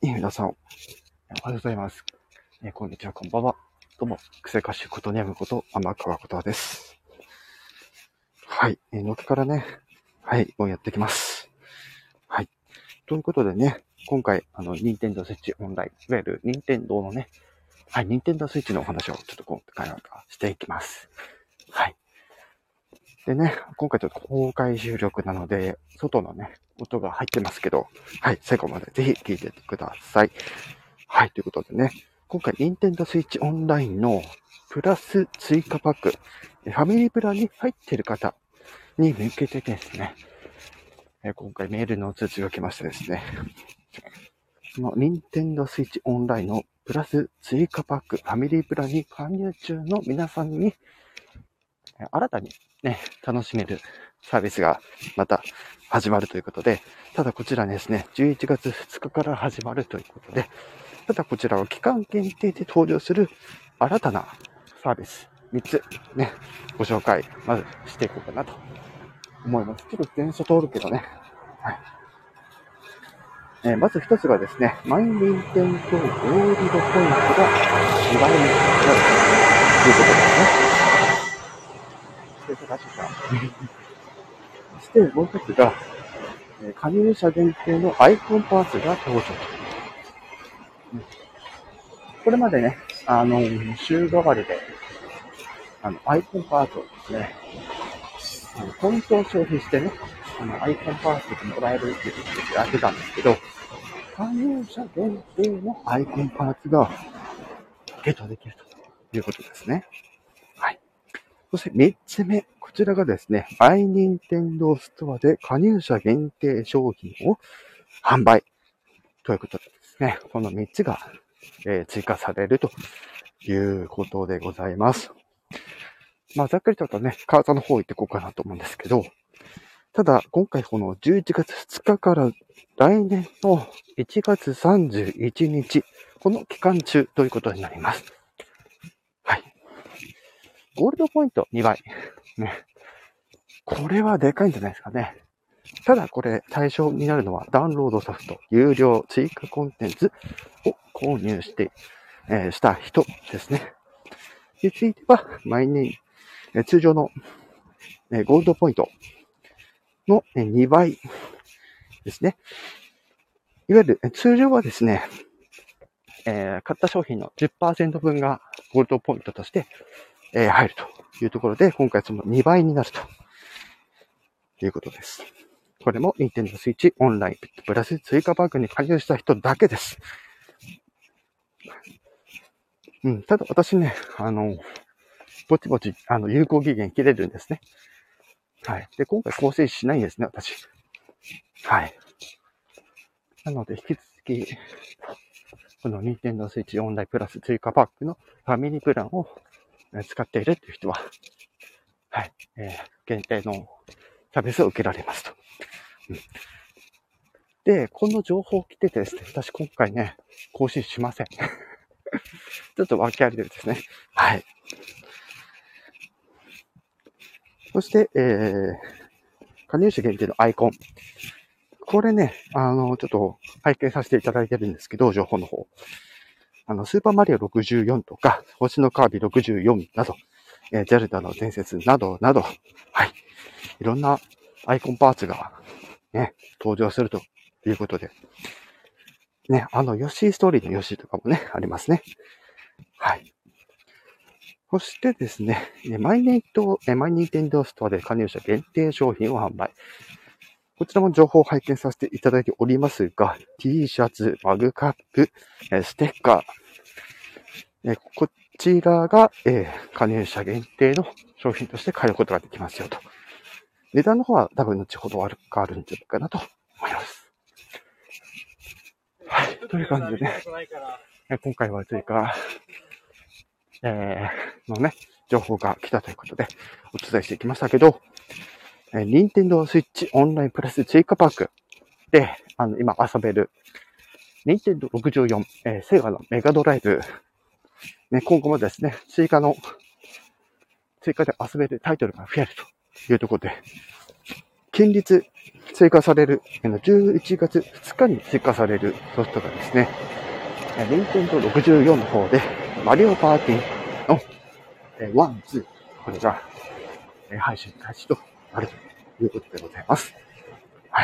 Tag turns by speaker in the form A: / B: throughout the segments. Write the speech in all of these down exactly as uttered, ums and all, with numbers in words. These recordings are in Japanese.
A: 皆さん、おはようございます。えー、こんにちは、こんばんは。どうも、癖歌手ことにゃむこと、天川ことです。はい、えー、のっけからね、はい、もうやってきます。はい。ということでね、今回、あの、ニンテンドースイッチオンライン、いわゆるニンテンドーのね、はい、ニンテンドースイッチのお話をちょっと今回はしていきます。はい。でね、今回ちょっと公開収録なので、外のね、音が入ってますけど、はい、最後までぜひ聞いてください。はい、ということでね、今回、ニンテンドースイッチオンラインのプラス追加パック、ファミリープランに入っている方に向けてですね、今回メールの通知が来ましてですね、そのニンテンドースイッチオンラインのプラス追加パック、ファミリープランに加入中の皆さんに、新たにね、楽しめるサービスがまた始まるということで、ただこちらですね、じゅういちがつふつかから始まるということで、ただこちらは期間限定で登場する新たなサービスみっつね、ご紹介、まずしていこうかなと思います。ちょっと電車通るけどね。はい。えー、まず一つがですね、マイニンテンドーゴールドポイントがにばいになるということですね。そしてもう一つが、加入者限定のアイコンパーツが登場。これまでね、あの、週替わりで、あの、アイコンパーツをですね、あのポイントを消費してね、あの、アイコンパーツがもらえるっていうことでやってたんですけど、加入者限定のアイコンパーツがゲットできるということですね。はい。そして三つ目、こちらがですね、マイニンテンドーストアで加入者限定商品を販売ということでですね、この三つが、えー、追加されるということでございます。まあ、ざっくりととね、カードの方行っていこうかなと思うんですけど、ただ、今回このじゅういちがつふつかから来年のいちがつさんじゅういちにち、この期間中ということになります。はい。ゴールドポイントにばい。ね。これはでかいんじゃないですかね。ただこれ対象になるのはダウンロードソフト、有料追加コンテンツを購入して、えー、した人ですね。については、毎年、えー、通常の、えー、ゴールドポイントのにばいですね。いわゆる通常はですね、えー、買った商品の じゅっパーセント 分がゴールドポイントとして、えー、入るというところで、今回そのにばいになるということです。これも Nintendo Switch オンラインプラス追加パックに加入した人だけです。うん、ただ私ね、あの、ぼちぼち、あの、有効期限切れるんですね。はい。で、今回更新しないんですね、私。はい。なので、引き続き、この Nintendo Switch オンラインプラス追加パックのファミリープランを使っているという人は、はい、えー、限定のサービスを受けられますと。うん、で、この情報を来ててですね、私今回ね、更新しません。ちょっと訳ありでですね。はい。そして、えー、加入者限定のアイコン。これね、あの、ちょっと拝見させていただいてるんですけど、情報の方。あの、スーパーマリオろくじゅうよんとか、星のカービィろくじゅうよんなど、えー、ゼルダの伝説などなど、はい。いろんなアイコンパーツがね、登場するということで。ね、あの、ヨッシーストーリーのヨッシーとかもね、ありますね。はい。そしてですね、マイネント、マイニンテンドーストアで加入者限定商品を販売。こちらも情報を拝見させていただいておりますが、T シャツ、マグカップ、ステッカー、こちらが加入者限定の商品として買うことができますよと。値段の方は多分後ほど変わるんじゃないかなと思います。はい。という感じでね、今回は追加、えー、のね、情報が来たということでお伝えしてきましたけど、えー、Nintendo Switch オンラインプラス追加パックで、あの、今遊べる、Nintendo ろくじゅうよん、えー、セガのメガドライブ、ね、今後もですね、追加の、追加で遊べるタイトルが増えるというところで、近日追加される、じゅういちがつふつかに追加されるソフトがですね、任天堂ろくじゅうよんの方で、マリオパーティーのワン、ツー、これが配信開始となるということでございます。はい。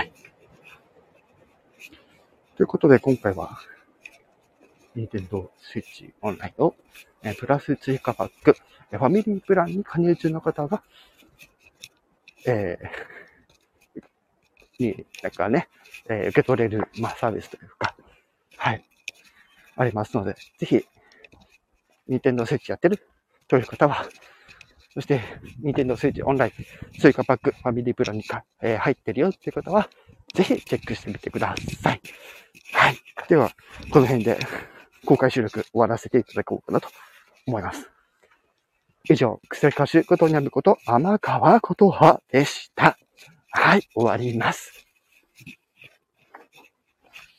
A: ということで、今回は、任天堂スイッチオンラインのプラス追加パック、ファミリープランに加入中の方が、えー、に、なんかね、えー、受け取れる、まあ、サービスというか、はい、ありますので、ぜひ、任天堂スイッチやってるという方は、そして、任天堂スイッチオンライン追加パックファミリープランにか、えー、入ってるよっていう方は、ぜひチェックしてみてください。はい。では、この辺で公開収録終わらせていただこうかなと思います。以上、癖歌手ことにゃむこと天川琴葉でした。はい、終わります。